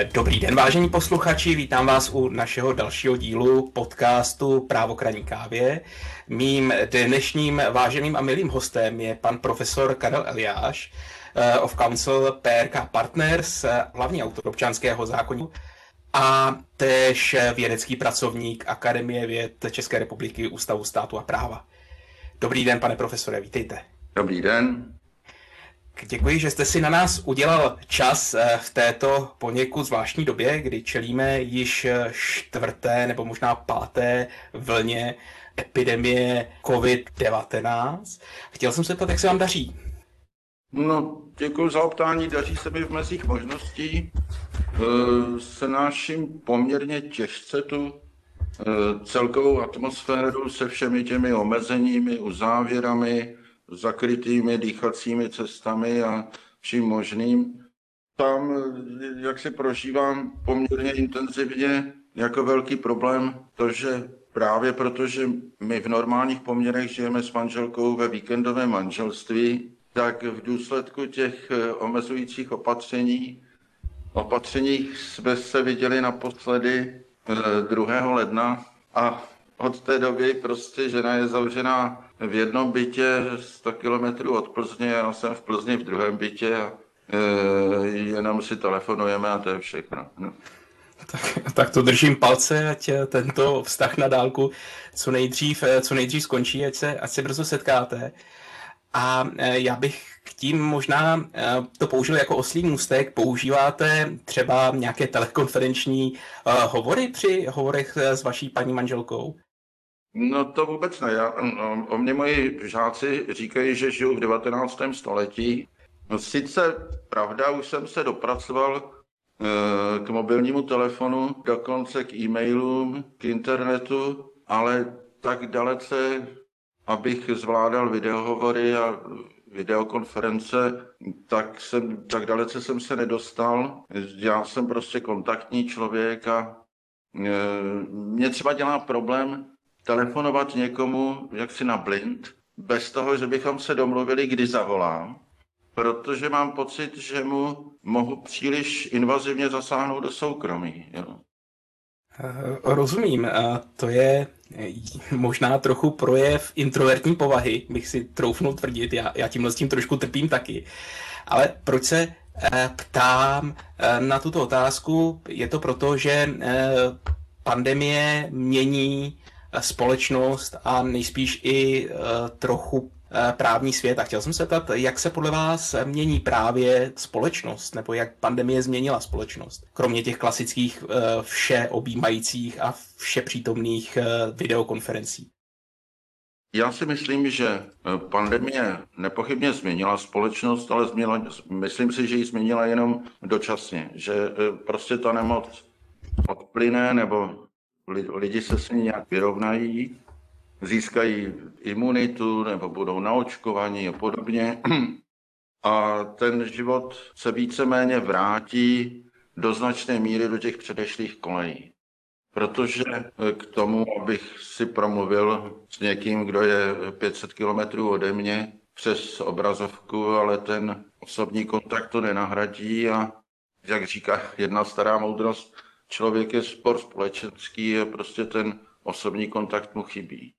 Dobrý den, vážení posluchači, vítám vás u našeho dalšího dílu podcastu Právo k ranní kávě. Mým dnešním váženým a milým hostem je pan profesor Karel Eliáš, of Counsel PRK Partners, hlavní autor občanského zákoníku a též vědecký pracovník Akademie věd České republiky Ústavu státu a práva. Dobrý den, pane profesore, vítejte. Dobrý den. Děkuji, že jste si na nás udělal čas v této poněkud zvláštní době, kdy čelíme již čtvrté nebo možná páté vlně epidemie COVID-19. Chtěl jsem se zeptat, jak se vám daří? No, děkuji za optání, daří se mi v mezích možností. Snáším poměrně těžce tu celkovou atmosféru se všemi těmi omezeními, uzávěrami, zakrytými dýchacími cestami a vším možným. Tam, jak si prožívám poměrně intenzivně jako velký problém, to, že právě protože my v normálních poměrech žijeme s manželkou ve víkendovém manželství, tak v důsledku těch omezujících opatření jsme se viděli naposledy 2. ledna a od té doby prostě žena je zavřená v jednom bytě 100 kilometrů od Plzně, já jsem v Plzni v druhém bytě a jenom si telefonujeme a to je všechno. No. Tak to držím palce, ať tento vztah na dálku co nejdřív skončí, ať se brzo setkáte. A já bych tím možná to použil jako oslí můstek. Používáte třeba nějaké telekonferenční hovory při hovorech s vaší paní manželkou? No to vůbec ne. O mě moji žáci říkají, že žiju v 19. století. No, sice pravda, už jsem se dopracoval k mobilnímu telefonu, dokonce k e-mailům, k internetu, ale tak dalece, abych zvládal videohovory a videokonference, tak dalece jsem se nedostal. Já jsem prostě kontaktní člověk a mě třeba dělá problém telefonovat někomu jaksi na blind, bez toho, že bychom se domluvili, kdy zavolám, protože mám pocit, že mu mohu příliš invazivně zasáhnout do soukromí. Jo. Rozumím. To je možná trochu projev introvertní povahy, bych si troufnul tvrdit. Já tímhle s tím trošku trpím taky. Ale proč se ptám na tuto otázku? Je to proto, že pandemie mění společnost a nejspíš i trochu právní svět. A chtěl jsem se ptat, jak se podle vás mění právě společnost, nebo jak pandemie změnila společnost, kromě těch klasických všeobjímajících a všepřítomných videokonferencí? Já si myslím, že pandemie nepochybně změnila společnost, ale myslím si, že ji změnila jenom dočasně, že prostě ta nemoc odplyne nebo lidi se s ní nějak vyrovnají, získají imunitu nebo budou naočkovaní a podobně. A ten život se víceméně vrátí do značné míry do těch předešlých kolejí. Protože k tomu, abych si promluvil s někým, kdo je 500 kilometrů ode mě přes obrazovku, ale ten osobní kontakt to nenahradí a jak říká jedna stará moudrost, člověk je spor společenský a prostě ten osobní kontakt mu chybí.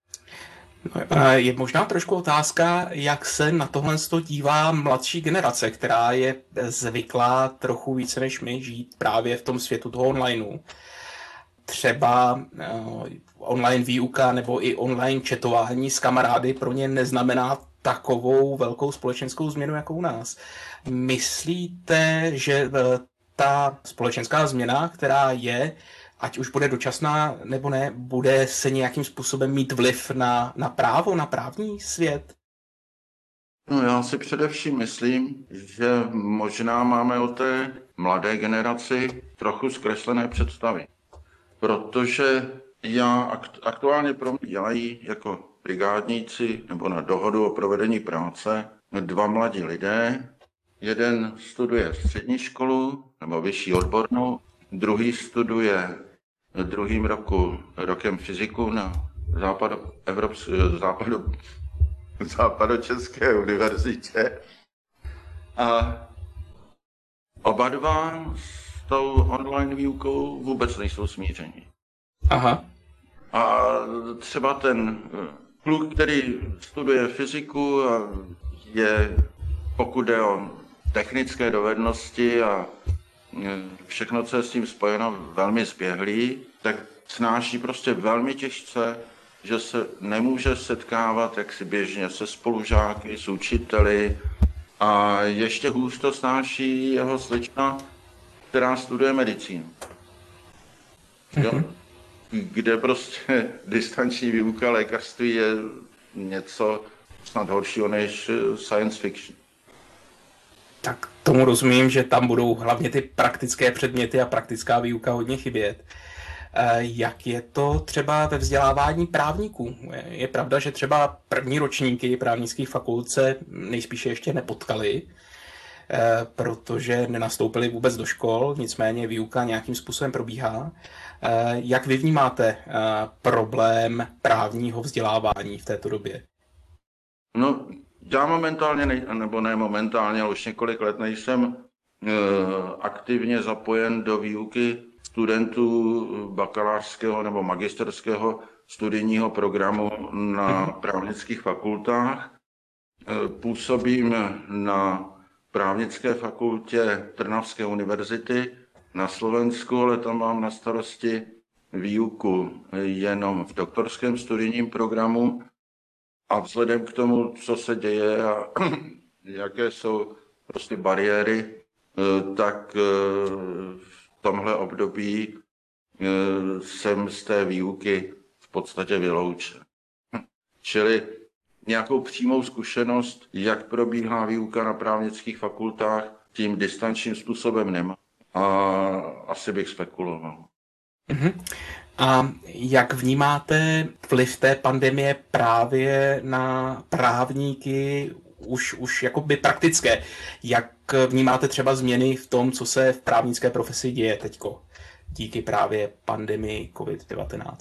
Je možná trošku otázka, jak se na tohle dívá mladší generace, která je zvyklá trochu více než my žít právě v tom světu toho onlineu. Třeba online výuka nebo i online chatování s kamarády pro ně neznamená takovou velkou společenskou změnu jako u nás. Myslíte, že ta společenská změna, která je, ať už bude dočasná nebo ne, bude se nějakým způsobem mít vliv na právo, na právní svět? No já si především myslím, že možná máme o té mladé generaci trochu zkreslené představy. Protože aktuálně pro mě dělají jako brigádníci nebo na dohodu o provedení práce 2 mladí lidé. Jeden studuje střední školu nebo vyšší odbornou, druhý studuje druhým rokem fyziku na Západočeské univerzitě. A oba dva tou online výukou vůbec nejsou smíření. Aha. A třeba ten kluk, který studuje fyziku a je, pokud jde o technické dovednosti a všechno, co je s tím spojeno, velmi zběhlý, tak snáší prostě velmi těžce, že se nemůže setkávat jaksi běžně se spolužáky, s učiteli a ještě hůř to snáší jeho slečna, která studuje medicínu. Jo? Kde prostě distanční výuka lékařství je něco snad horšího než science fiction. Tak tomu rozumím, že tam budou hlavně ty praktické předměty a praktická výuka hodně chybět. Jak je to třeba ve vzdělávání právníků? Je pravda, že třeba první ročníky právnických fakult se nejspíše ještě nepotkali, protože nenastoupili vůbec do škol, nicméně výuka nějakým způsobem probíhá. Jak vy vnímáte problém právního vzdělávání v této době? No, já momentálně, nebo ne momentálně, ale už několik let nejsem aktivně zapojen do výuky studentů bakalářského nebo magisterského studijního programu na právnických fakultách. Působím na právnické fakultě Trnavské univerzity na Slovensku, ale tam mám na starosti výuku jenom v doktorském studijním programu. A vzhledem k tomu, co se děje a jaké jsou prostě bariéry, tak v tomhle období jsem z té výuky v podstatě vyloučen. Čili nějakou přímou zkušenost, jak probíhá výuka na právnických fakultách, tím distančním způsobem nemám. A asi bych spekuloval. A jak vnímáte vliv té pandemie právě na právníky už jakoby praktické? Jak vnímáte třeba změny v tom, co se v právnické profesi děje teďko díky právě pandemii COVID-19?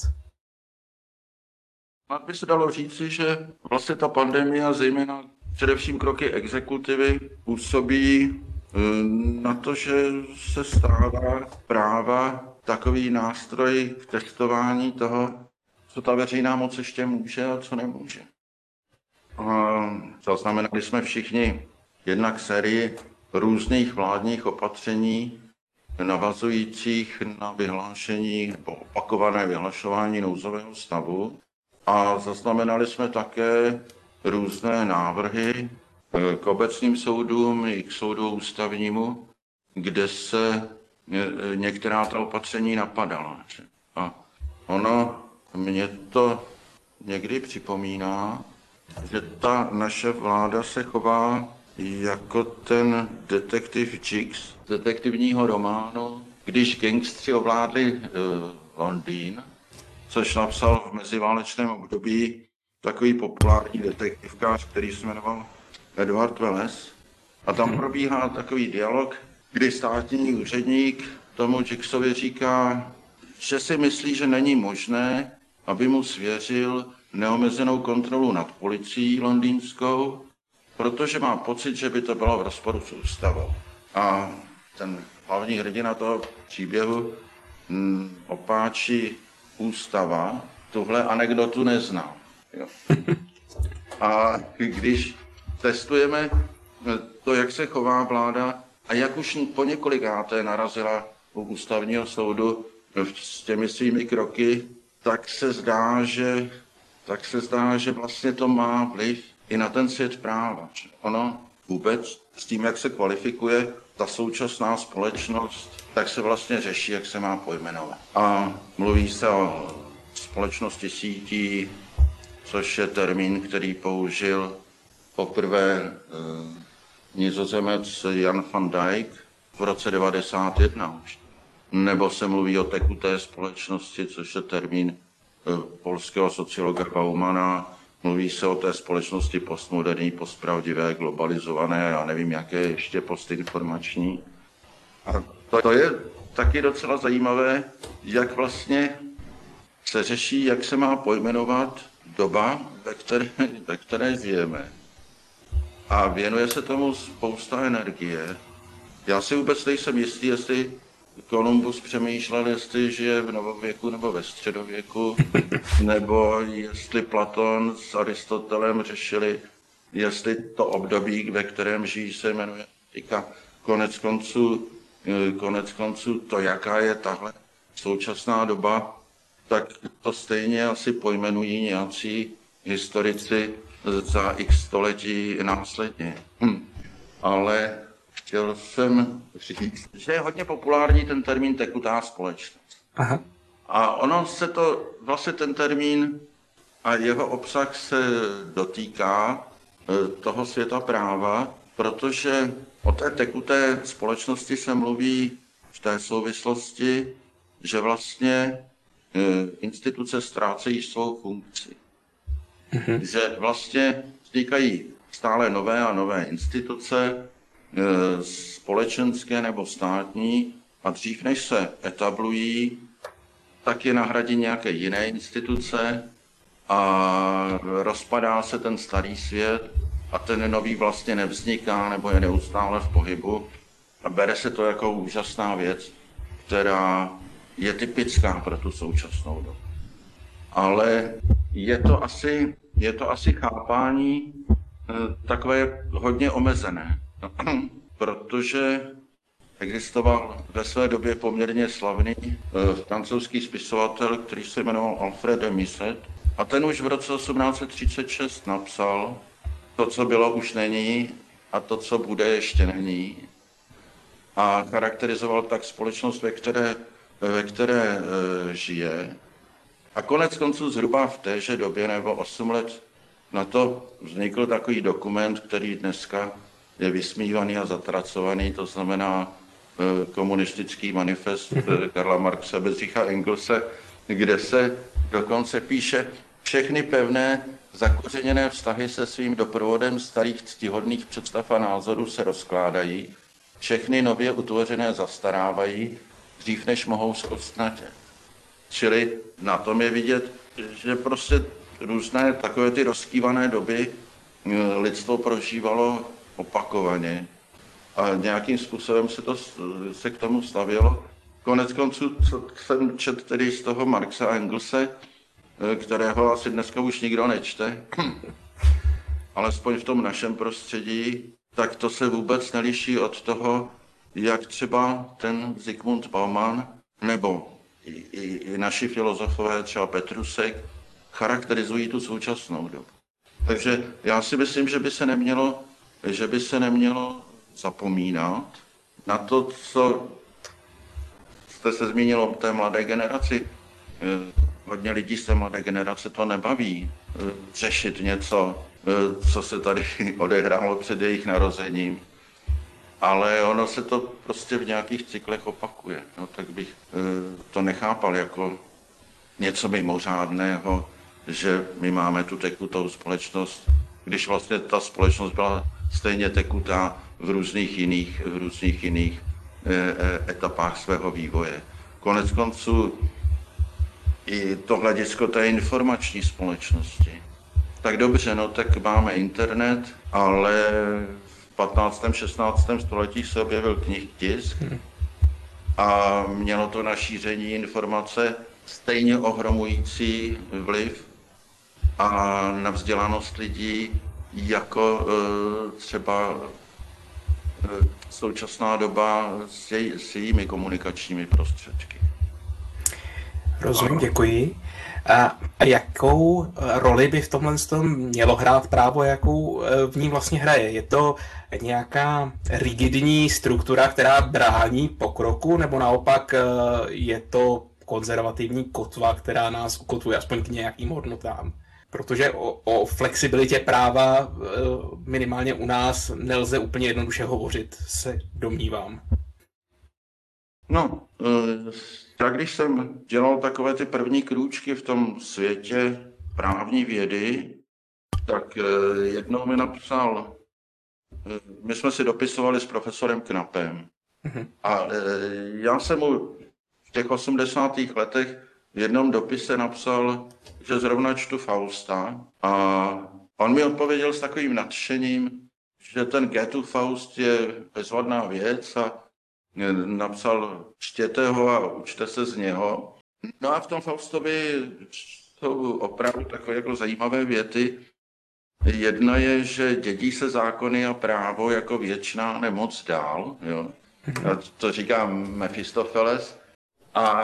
Pak by se dalo říci, že vlastně ta pandemie a zejména především kroky exekutivy působí na to, že se stává práva takový nástroj v testování toho, co ta veřejná moc ještě může a co nemůže. Zaznamenali jsme všichni jednak sérii různých vládních opatření navazujících na vyhlášení nebo opakované vyhlašování nouzového stavu a zaznamenali jsme také různé návrhy k obecným soudům i k soudu ústavnímu, kde se některá ta opatření napadala. A ono mě to někdy připomíná, že ta naše vláda se chová jako ten detektiv Jiggs z detektivního románu, když gangstři ovládli Londýn, což napsal v meziválečném období takový populární detektivkář, který se jmenoval Edward Wallace. A tam probíhá takový dialog, kdy státní úředník tomu Jiggsovi říká, že si myslí, že není možné, aby mu svěřil neomezenou kontrolu nad policií londýnskou, protože má pocit, že by to bylo v rozporu s ústavou. A ten hlavní hrdina toho příběhu opáčí ústava, tuhle anekdotu nezná. Jo. A když testujeme to, jak se chová vláda a jak už po několikáté narazila u ústavního soudu s těmi svými kroky, tak se zdá, že vlastně to má vliv i na ten svět práva. Ono vůbec s tím, jak se kvalifikuje ta současná společnost, tak se vlastně řeší, jak se má pojmenovat. A mluví se o společnosti sítí, což je termín, který použil poprvé Nizozemec Jan van Dijk v roce 1991 už. Nebo se mluví o tekuté společnosti, což je termín polského sociologa Baumana. Mluví se o té společnosti postmoderní, postpravdivé, globalizované, já nevím, jaké ještě postinformační. A to je taky docela zajímavé, jak vlastně se řeší, jak se má pojmenovat doba, ve které žijeme. A věnuje se tomu spousta energie. Já si vůbec nejsem jistý, jestli Kolumbus přemýšlel, jestli žije v novověku nebo ve středověku, nebo jestli Platon s Aristotelem řešili, jestli to období, ve kterém žijí, se jmenuje antika. Konec konců to, jaká je tahle současná doba, tak to stejně asi pojmenují nějací historici za x století následně. Ale chtěl jsem říct, že je hodně populární ten termín tekutá společnost. Aha. A ono se to, vlastně ten termín a jeho obsah se dotýká toho světa práva, protože o té tekuté společnosti se mluví v té souvislosti, že vlastně instituce ztrácejí svou funkci. Že vlastně vznikají stále nové a nové instituce, společenské nebo státní, a dřív než se etablují, tak je nahradí nějaké jiné instituce a rozpadá se ten starý svět a ten nový vlastně nevzniká nebo je neustále v pohybu a bere se to jako úžasná věc, která je typická pro tu současnou dobu. Ale je to asi chápání takové hodně omezené, protože existoval ve své době poměrně slavný francouzský spisovatel, který se jmenoval Alfred de Musset, a ten už v roce 1836 napsal: to, co bylo, už není, a to, co bude, ještě není. A charakterizoval tak společnost, ve které žije. A konec konců zhruba v téže době, nebo 8 let na to, vznikl takový dokument, který dneska je vysmívaný a zatracovaný, to znamená komunistický manifest Karla Marxe, Bedřicha Engelse, kde se dokonce píše: všechny pevné zakořeněné vztahy se svým doprovodem starých ctihodných představ a názorů se rozkládají, všechny nově utvořené zastarávají, dřív než mohou zkostnatět. Čili na tom je vidět, že prostě různé takové ty rozkývané doby lidstvo prožívalo opakovaně a nějakým způsobem se k tomu stavělo. Konec konců, co jsem četl tedy z toho Marxe a Engelse, kterého asi dneska už nikdo nečte, alespoň v tom našem prostředí, tak to se vůbec neliší od toho, jak třeba ten Zygmunt Bauman nebo i naši filozofové, třeba Petrusek, charakterizují tu současnou dobu. Takže já si myslím, že by se nemělo zapomínat na to, co jste se zmínil o té mladé generaci. Hodně lidí z té mladé generace to nebaví řešit něco, co se tady odehrálo před jejich narozením. Ale ono se to prostě v nějakých cyklech opakuje. No, tak bych to nechápal jako něco mimořádného, že my máme tu tekutou společnost, když vlastně ta společnost byla stejně tekutá v různých jiných etapách svého vývoje. Konec konců i to hledisko té informační společnosti. Tak dobře, no tak máme internet, ale v 15. 16. století se objevil knihtisk a mělo to na šíření informace stejně ohromující vliv a na vzdělanost lidí jako třeba současná doba s jejími komunikačními prostředky. Rozumím, děkuji. A jakou roli by v tomhle mělo hrát právo, jakou v ní vlastně hraje? Je to nějaká rigidní struktura, která brání pokroku, nebo naopak je to konzervativní kotva, která nás ukotvuje aspoň k nějakým hodnotám? Protože o flexibilitě práva minimálně u nás nelze úplně jednoduše hovořit, se domnívám. No, tak když jsem dělal takové ty první krůčky v tom světě právní vědy, tak jednou mi napsal, my jsme si dopisovali s profesorem Knapem. A já jsem mu v těch 80. letech v jednom dopise napsal, že zrovna čtu Fausta, a on mi odpověděl s takovým nadšením, že ten Goethův Faust je bezvadná věc a napsal čtěte ho a učte se z něho. No a v tom Faustovi jsou opravdu takové jako zajímavé věty. Jedna je, že dědí se zákony a právo jako věčná nemoc dál. Jo? A to říká Mefistofeles. A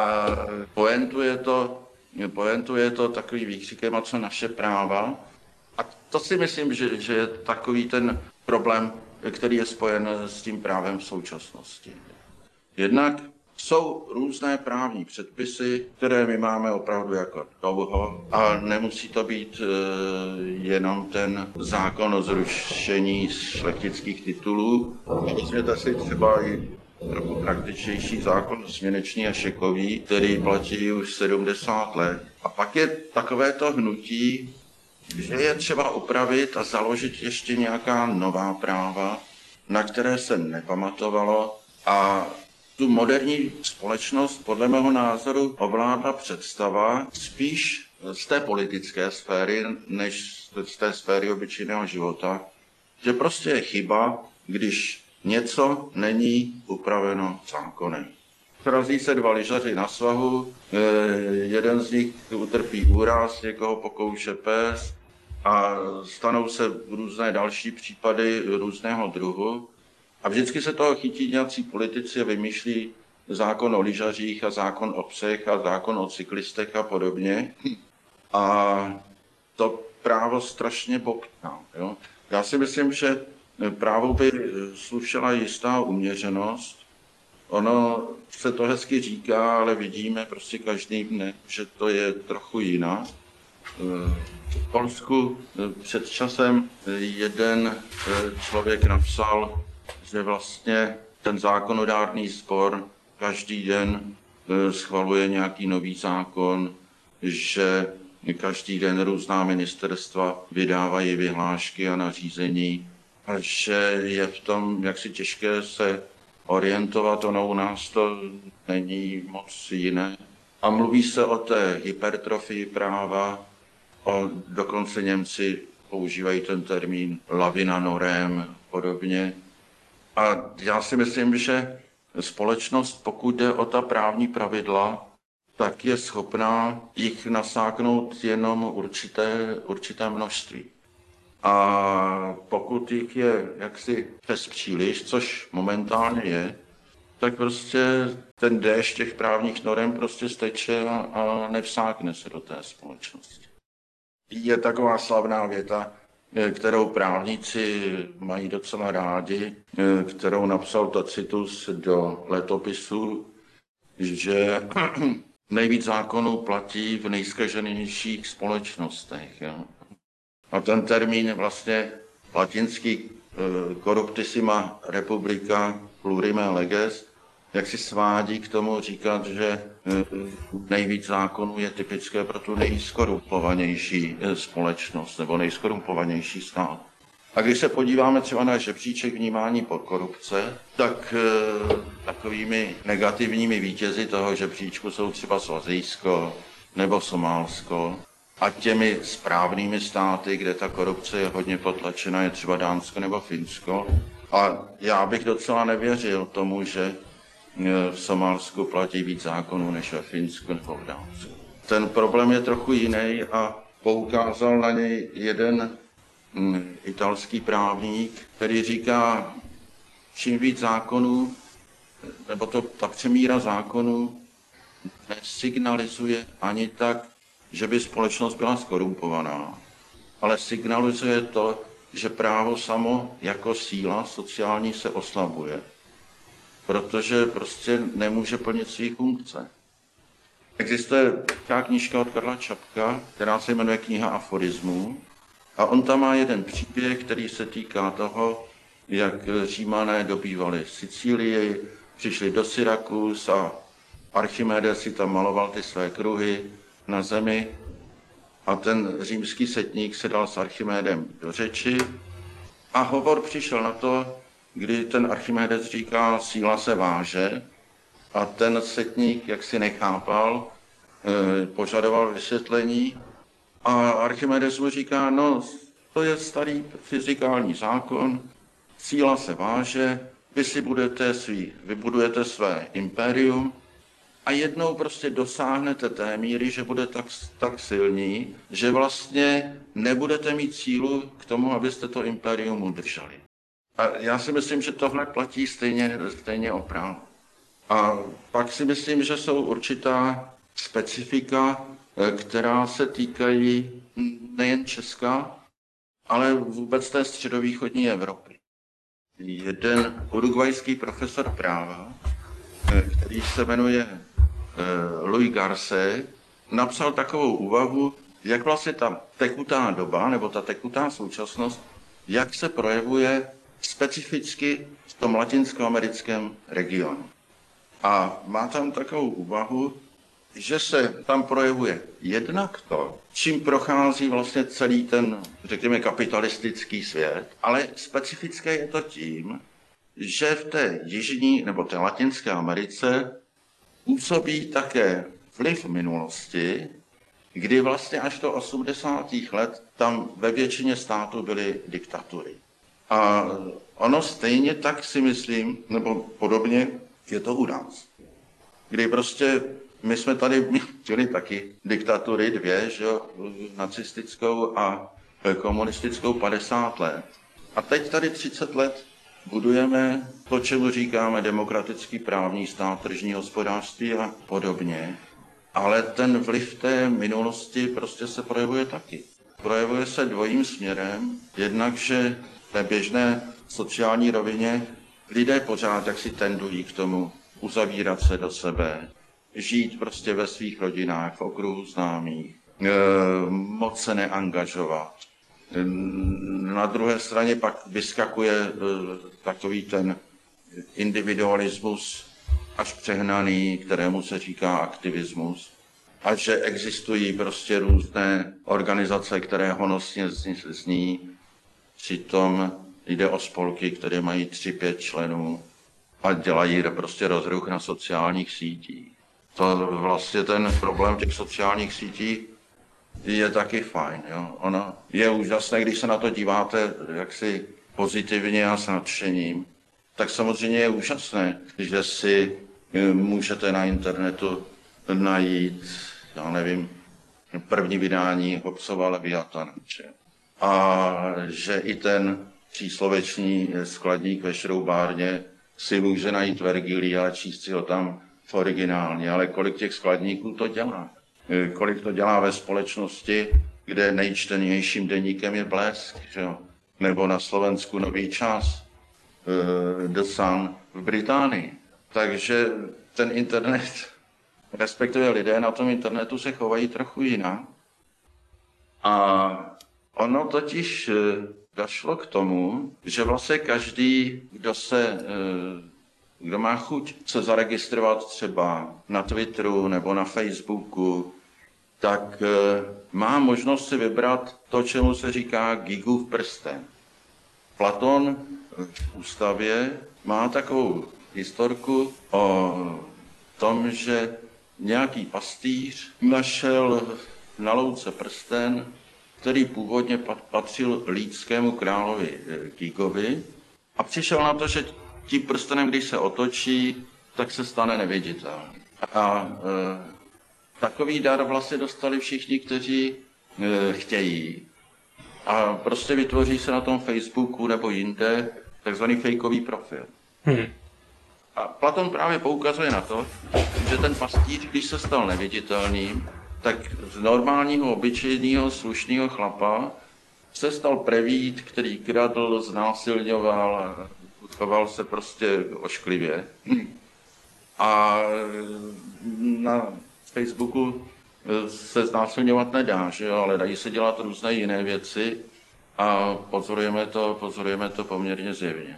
poentuje to takový výkřikem, a co naše práva. A to si myslím, že je takový ten problém, který je spojen s tím právem v současnosti. Jednak jsou různé právní předpisy, které my máme opravdu jako dlouho a nemusí to být jenom ten zákon o zrušení šlechtických titulů. Vezměte si třeba i trochu praktičnější zákon směneční a šekový, který platí už 70 let. A pak je takovéto hnutí, že je třeba upravit a založit ještě nějaká nová práva, na které se nepamatovalo, a tu moderní společnost podle mého názoru ovládla představa spíš z té politické sféry, než z té sféry obyčejného života, že prostě je chyba, když něco není upraveno zákonem. Srazí se dva lyžaři na svahu, jeden z nich utrpí úraz, někoho pokouše pes a stanou se různé další případy různého druhu. A vždycky se toho chytí nějací politici a vymýšlí zákon o lyžařích a zákon o psech a zákon o cyklistech a podobně. A to právo strašně bobtná. Jo? Já si myslím, že právu by slušela jistá uměřenost. Ono se to hezky říká, ale vidíme prostě každý dne, že to je trochu jinak. V Polsku před časem jeden člověk napsal, že vlastně ten zákonodárný sbor každý den schvaluje nějaký nový zákon, že každý den různá ministerstva vydávají vyhlášky a nařízení a že je v tom jaksi těžké se orientovat, ono u nás to není moc jiné. A mluví se o té hypertrofii práva, dokonce Němci používají ten termín lavina norem podobně. A já si myslím, že společnost, pokud jde o ta právní pravidla, tak je schopná jich nasáknout jenom určité množství. A pokud jich je jaksi přes příliš, což momentálně je, tak prostě ten déšť těch právních norem prostě steče a nevsákne se do té společnosti. Je taková slavná věta, kterou právníci mají docela rádi, kterou napsal Tacitus do letopisu, že nejvíc zákonů platí v nejzkaženějších společnostech. Jo. A ten termín vlastně latinský corruptissima republica plurime leges, jak si svádí k tomu říkat, že nejvíc zákonů je typické pro tu nejskorumpovanější společnost nebo nejskorumpovanější stát. A když se podíváme třeba na žebříček vnímání korupce, tak takovými negativními vítězi toho žebříčku jsou třeba Svazijsko nebo Somálsko. A těmi správnými státy, kde ta korupce je hodně potlačena, je třeba Dánsko nebo Finsko. A já bych docela nevěřil tomu, že v Somálsku platí víc zákonů než ve Finsku nebo v Dánsku. Ten problém je trochu jiný a poukázal na něj jeden italský právník, který říká, čím víc zákonů, nebo ta přemíra zákonů nesignalizuje ani tak, že by společnost byla skorumpovaná, ale signalizuje to, že právo samo jako síla sociální se oslabuje, protože prostě nemůže plnit svých funkce. Existuje taková knížka od Karla Čapka, která se jmenuje Kniha aforismů, a on tam má jeden příběh, který se týká toho, jak Římané dobývali Sicílii, přišli do Syrakus a Archimedes si tam maloval ty své kruhy na zemi a ten římský setník se dal s Archimedem do řeči a hovor přišel na to, kdy ten Archimedes říká, síla se váže a ten setník, jak si nechápal, požadoval vysvětlení a Archimedes mu říká, no to je starý fyzikální zákon, síla se váže, vybudujete své impérium a jednou prostě dosáhnete té míry, že bude tak silní, že vlastně nebudete mít sílu k tomu, abyste to impérium udrželi. A já si myslím, že tohle platí stejně o právu. A pak si myslím, že jsou určitá specifika, která se týkají nejen Česka, ale vůbec té středovýchodní Evropy. Jeden urugvajský profesor práva, který se jmenuje Louis Garce, napsal takovou úvahu, jak vlastně ta tekutá doba nebo ta tekutá současnost, jak se projevuje specificky v tom latinskoamerickém regionu. A má tam takovou úvahu, že se tam projevuje jednak to, čím prochází vlastně celý ten, řekněme, kapitalistický svět, ale specifické je to tím, že v té jižní nebo té Latinské Americe působí také vliv minulosti, kdy vlastně až do 80. let tam ve většině států byly diktatury. A ono stejně tak si myslím, nebo podobně je to u nás. Kdy prostě my jsme tady měli taky diktatury dvě, že jo, nacistickou a komunistickou 50 let. A teď tady 30 let budujeme to, čemu říkáme demokratický právní stát, tržní hospodářství a podobně. Ale ten vliv té minulosti prostě se projevuje taky. Projevuje se dvojím směrem. Jednak, že v té běžné sociální rovině lidé pořád jaksi tendují k tomu uzavírat se do sebe, žít prostě ve svých rodinách, v okruhu známých, moc se neangažovat. Na druhé straně pak vyskakuje takový ten individualismus až přehnaný, kterému se říká aktivismus. A že existují prostě různé organizace, které honosně zní. Přitom jde o spolky, které mají 3-5 členů a dělají prostě rozruch na sociálních sítích. To vlastně ten problém těch sociálních sítí je taky fajn. Jo? Ono je úžasné, když se na to díváte jaksi pozitivně a s nadšením. Tak samozřejmě je úžasné, že si můžete na internetu najít, já nevím, první vydání Hobbesova Leviatana. A že i ten přísloveční skladník ve šroubárně si může najít Vergilia a číst si ho tam v originálně, ale kolik těch skladníků to dělá? Kolik to dělá ve společnosti, kde nejčtenějším deníkem je Blesk, že jo? Nebo na Slovensku Nový čas, The Sun v Británii. Takže ten internet, respektive lidé na tom internetu se chovají trochu jinak. A ono totiž došlo k tomu, že vlastně každý, kdo má chuť se zaregistrovat třeba na Twitteru nebo na Facebooku, tak má možnost si vybrat to, čemu se říká Gigův prsten. Platon v ústavě má takovou historku o tom, že nějaký pastýř našel na louce prsten, který původně patřil lídskému královi Gigovi a přišel na to, že tím prstenem, když se otočí, tak se stane neviditelný. A takový dar vlastně dostali všichni, kteří chtějí. A prostě vytvoří se na tom Facebooku nebo jinde takzvaný fejkový profil. A Platon právě poukazuje na to, že ten pastýř, když se stal neviditelným, tak z normálního, obyčejného, slušného chlapa se stal prevít, který kradl, znásilňoval, choval se prostě ošklivě. A na Facebooku se znásilňovat nedá, že jo? Ale dají se dělat různé jiné věci a pozorujeme to poměrně zjevně.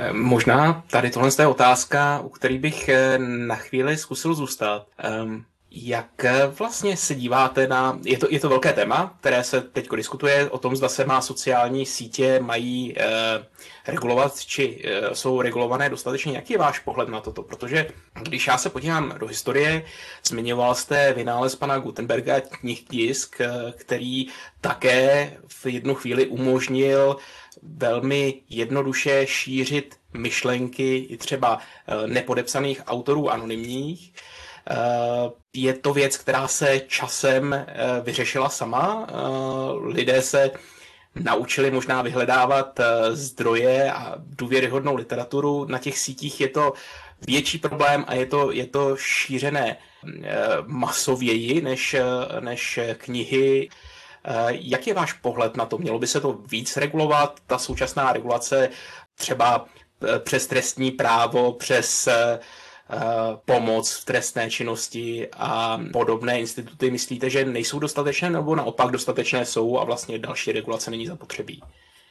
Možná tady tohle je otázka, u který bych na chvíli zkusil zůstat. Jak vlastně se díváte na... Je to velké téma, které se teď diskutuje o tom, zda se má sociální sítě mají regulovat, či jsou regulované dostatečně. Jaký je váš pohled na toto? Protože když já se podívám do historie, zmiňoval jste vynález pana Gutenberga knihtisk, který také v jednu chvíli umožnil velmi jednoduše šířit myšlenky i třeba nepodepsaných autorů anonymních. Je to věc, která se časem vyřešila sama. Lidé se naučili možná vyhledávat zdroje a důvěryhodnou literaturu. Na těch sítích je to větší problém a je to šířené masověji než knihy. Jak je váš pohled na to? Mělo by se to víc regulovat? Ta současná regulace třeba přes trestní právo, přes pomoc v trestné činnosti a podobné instituty, myslíte, že nejsou dostatečné, nebo naopak dostatečné jsou a vlastně další regulace není zapotřebí?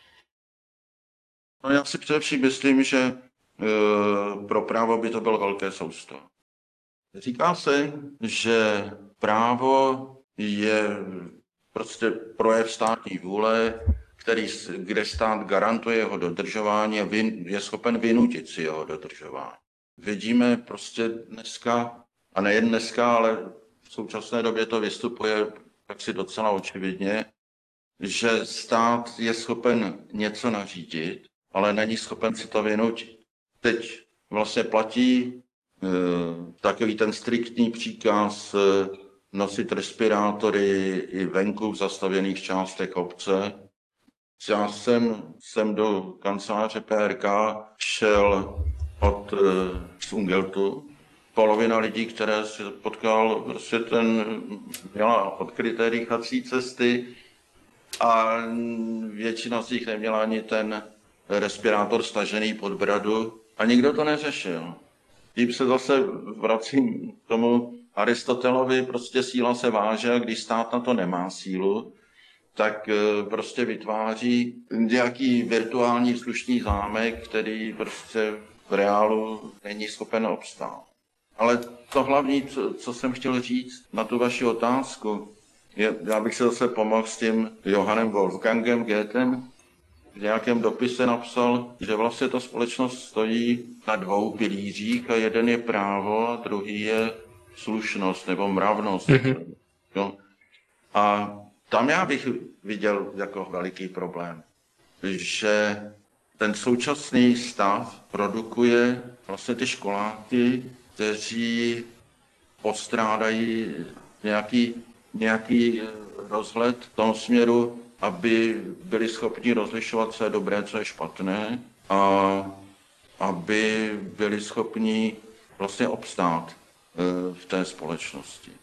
No já si především myslím, že pro právo by to bylo velké sousto. Říká se, že právo je prostě projev státní vůle, kde stát garantuje jeho dodržování a je schopen vynutit si jeho dodržování. Vidíme prostě dneska, a nejen dneska, ale v současné době to vystupuje tak si docela očividně, že stát je schopen něco nařídit, ale není schopen si to vynutit. Teď vlastně platí takový ten striktní příkaz nosit respirátory i venku v zastavěných částech obce. Já jsem do kanceláře PRK šel od Sungeltu. Polovina lidí, které si potkal, prostě měla odkryté dýchací cesty a většina z nich neměla ani ten respirátor stažený pod bradu a nikdo to neřešil. Tím se zase vracím k tomu Aristotelovi, prostě síla se váže a když stát na to nemá sílu, tak prostě vytváří nějaký virtuální slušný zámek, který prostě v reálu není schopen obstát. Ale to hlavní, co jsem chtěl říct na tu vaši otázku, já bych se zase pomohl s tím Johannem Wolfgangem Goethem. V nějakém dopise napsal, že vlastně ta společnost stojí na dvou pilířích a jeden je právo a druhý je slušnost nebo mravnost. Mm-hmm. Jo. A tam já bych viděl jako veliký problém, že ten současný stav produkuje vlastně ty školáky, kteří postrádají nějaký rozhled v tom směru, aby byli schopni rozlišovat, co je dobré, co je špatné a aby byli schopni vlastně obstát v té společnosti.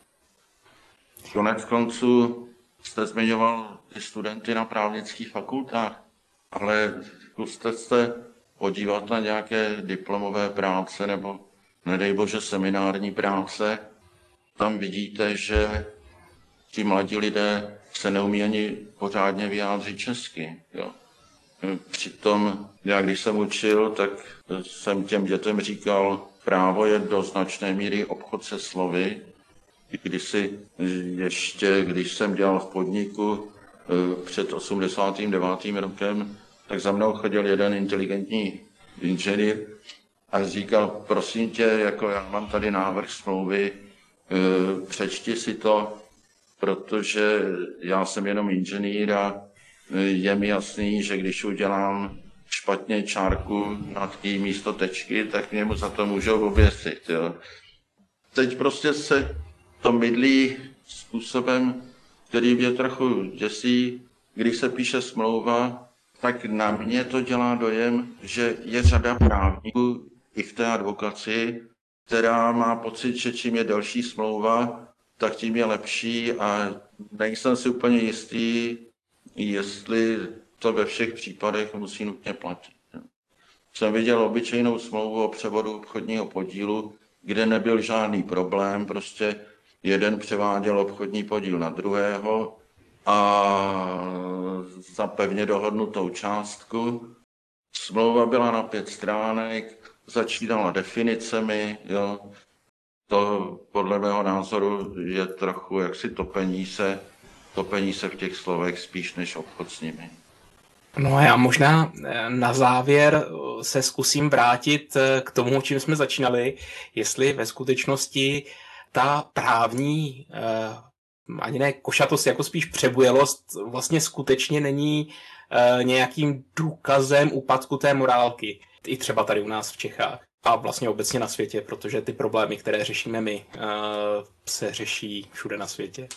Konec konců jste zmiňoval ty studenty na právnických fakultách, ale zkuste se podívat na nějaké diplomové práce nebo nedej bože seminární práce. Tam vidíte, že ti mladí lidé se neumí ani pořádně vyjádřit česky. Jo. Přitom, já když jsem učil, tak jsem těm dětem říkal, právo je do značné míry obchod se slovy. Když jsem dělal v podniku před 89. rokem, tak za mnou chodil jeden inteligentní inženýr a říkal, prosím tě, jako já mám tady návrh smlouvy, přečti si to, protože já jsem jenom inženýr a je mi jasný, že když udělám špatně čárku nad tím místo tečky, tak mě mu za to můžou oběsit. Jo. Teď prostě se to mydlí způsobem, který mě trochu děsí. Když se píše smlouva, tak na mě to dělá dojem, že je řada právníků i v té advokaci, která má pocit, že čím je delší smlouva, tak tím je lepší a nejsem si úplně jistý, jestli to ve všech případech musí nutně platit. Jsem viděl obyčejnou smlouvu o převodu obchodního podílu, kde nebyl žádný problém, prostě jeden převáděl obchodní podíl na druhého a za pevně dohodnutou částku. Smlouva byla na 5 stránek, začínala definicemi, jo. to podle mého názoru je trochu jaksi topení se v těch slovech spíš než obchod s nimi. No a já možná na závěr se zkusím vrátit k tomu, čím jsme začínali, jestli ve skutečnosti ta právní, ani ne košatost, jako spíš přebujelost, vlastně skutečně není nějakým důkazem úpadku té morálky. I třeba tady u nás v Čechách a vlastně obecně na světě, protože ty problémy, které řešíme my, se řeší všude na světě.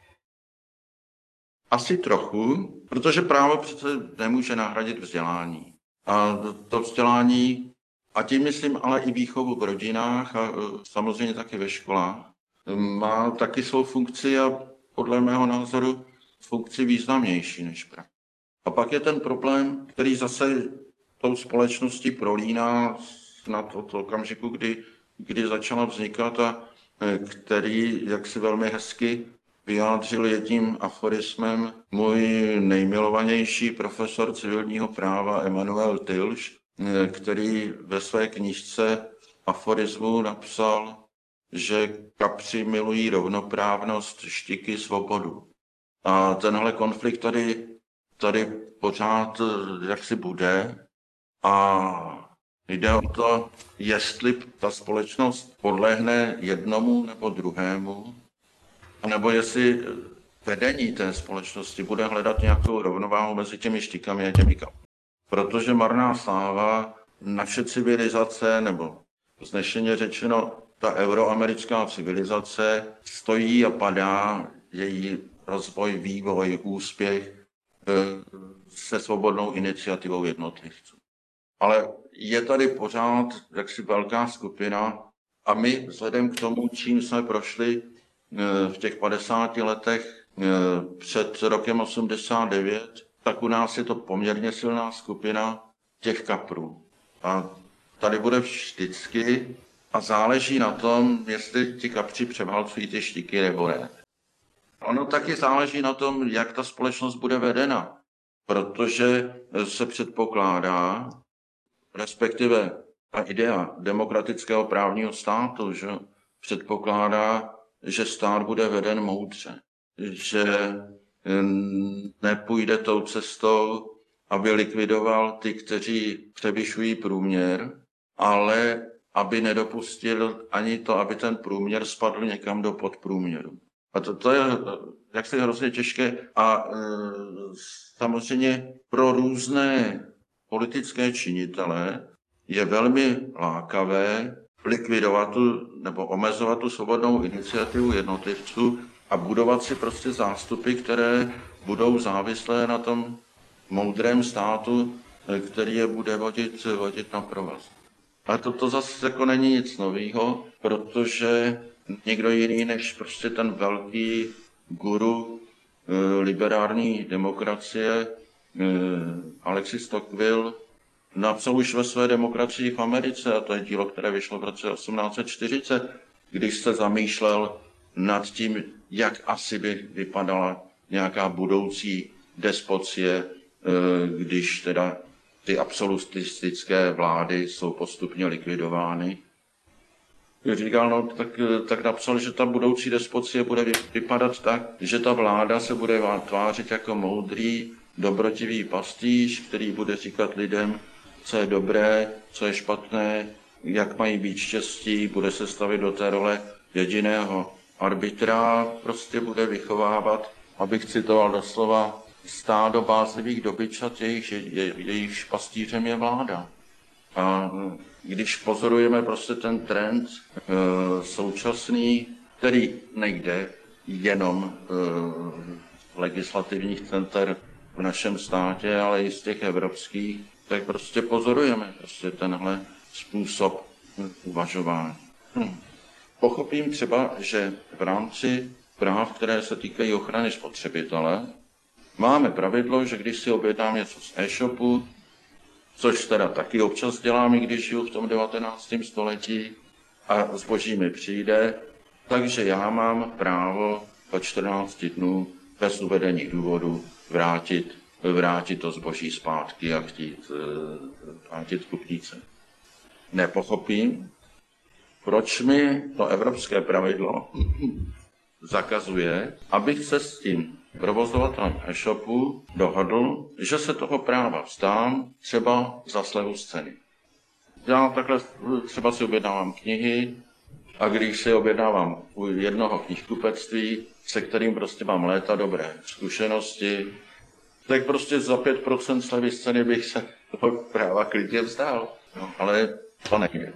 Asi trochu, protože právo přece nemůže nahradit vzdělání. A to vzdělání, a tím myslím ale i výchovu v rodinách a samozřejmě taky ve školách, má taky svou funkci a podle mého názoru funkci významnější než právo. A pak je ten problém, který zase tou společností prolíná na to okamžiku, kdy začala vznikat a který, jak si velmi hezky vyjádřil jedním aforismem můj nejmilovanější profesor civilního práva Emanuel Tilsch, který ve své knížce aforismu napsal, že kapři milují rovnoprávnost, štiky svobodu. A tenhle konflikt tady pořád jaksi bude a jde o to, jestli ta společnost podlehne jednomu nebo druhému, nebo jestli vedení té společnosti bude hledat nějakou rovnováhu mezi těmi štikami a těmi kapry. Protože marná sláva, naše civilizace, nebo vznešeně řečeno, ta euroamerická civilizace stojí a padá, její rozvoj, vývoj, úspěch se svobodnou iniciativou jednotlivců. Ale je tady pořád jaksi velká skupina a my vzhledem k tomu, čím jsme prošli v těch 50 letech před rokem 89, tak u nás je to poměrně silná skupina těch kaprů. A tady bude vždycky a záleží na tom, jestli ti kapři převálcují ty štiky nebo ne. Ono taky záleží na tom, jak ta společnost bude vedena, protože se předpokládá, respektive ta idea demokratického právního státu, že předpokládá, že stát bude veden moudře, že nepůjde tou cestou, aby likvidoval ty, kteří převyšují průměr, ale aby nedopustil ani to, aby ten průměr spadl někam do podprůměru. A to je jaksi hrozně těžké a samozřejmě pro různé politické činitele je velmi lákavé likvidovat nebo omezovat tu svobodnou iniciativu jednotlivců a budovat si prostě zástupy, které budou závislé na tom moudrém státu, který je bude vodit na provaz. Ale to zase jako není nic nového, protože někdo jiný než prostě ten velký guru liberální demokracie Alexis Tocqueville napsal už ve své demokracii v Americe, a to je dílo, které vyšlo v roce 1840, když se zamýšlel nad tím, jak asi by vypadala nějaká budoucí despocie, když teda ty absolutistické vlády jsou postupně likvidovány. Říkal, no, tak napsal, že ta budoucí despocie bude vypadat tak, že ta vláda se bude tvářit jako moudrý, dobrotivý pastýř, který bude říkat lidem, co je dobré, co je špatné, jak mají být štěstí, bude se stavit do té role jediného arbitra, prostě bude abych citoval doslova, stádo bázlivých dobyčat, jejichž pastýřem je vláda. A když pozorujeme prostě ten trend současný, který nejde jenom legislativních center v našem státě, ale i z těch evropských, tak prostě pozorujeme prostě tenhle způsob uvažování. Pochopím třeba, že v rámci práv, které se týkají ochrany spotřebitele, máme pravidlo, že když si objednám něco z e-shopu, což teda taky občas dělám, i když žiju v tom 19. století a zboží mi přijde, takže já mám právo po 14 dnů bez uvedení důvodu vrátit to zboží zpátky a chtít vrátit kupníce. Nepochopím, proč mi to evropské pravidlo zakazuje, abych se s tím provozovatelem e-shopu dohodl, že se toho práva vzdám třeba za slevu z ceny. Já takhle třeba si objednávám knihy a když si objednávám u jednoho knihkupectví, se kterým prostě mám léta dobré zkušenosti, tak prostě za 5% slevy z ceny bych se toho práva klidně vzdal. No, ale to nejde.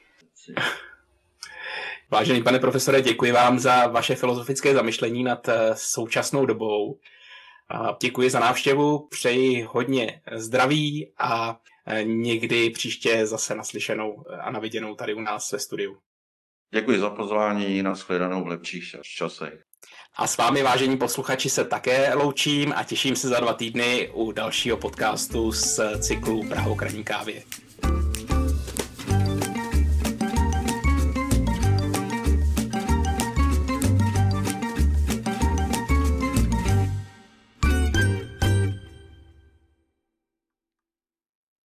Vážený pane profesore, děkuji vám za vaše filozofické zamyšlení nad současnou dobou. Děkuji za návštěvu, přeji hodně zdraví a někdy příště zase naslyšenou a naviděnou tady u nás ve studiu. Děkuji za pozvání, nashledanou v lepších časech. A s vámi, vážení posluchači, se také loučím a těším se za 2 týdny u dalšího podcastu z cyklu Praha o kraní kávě.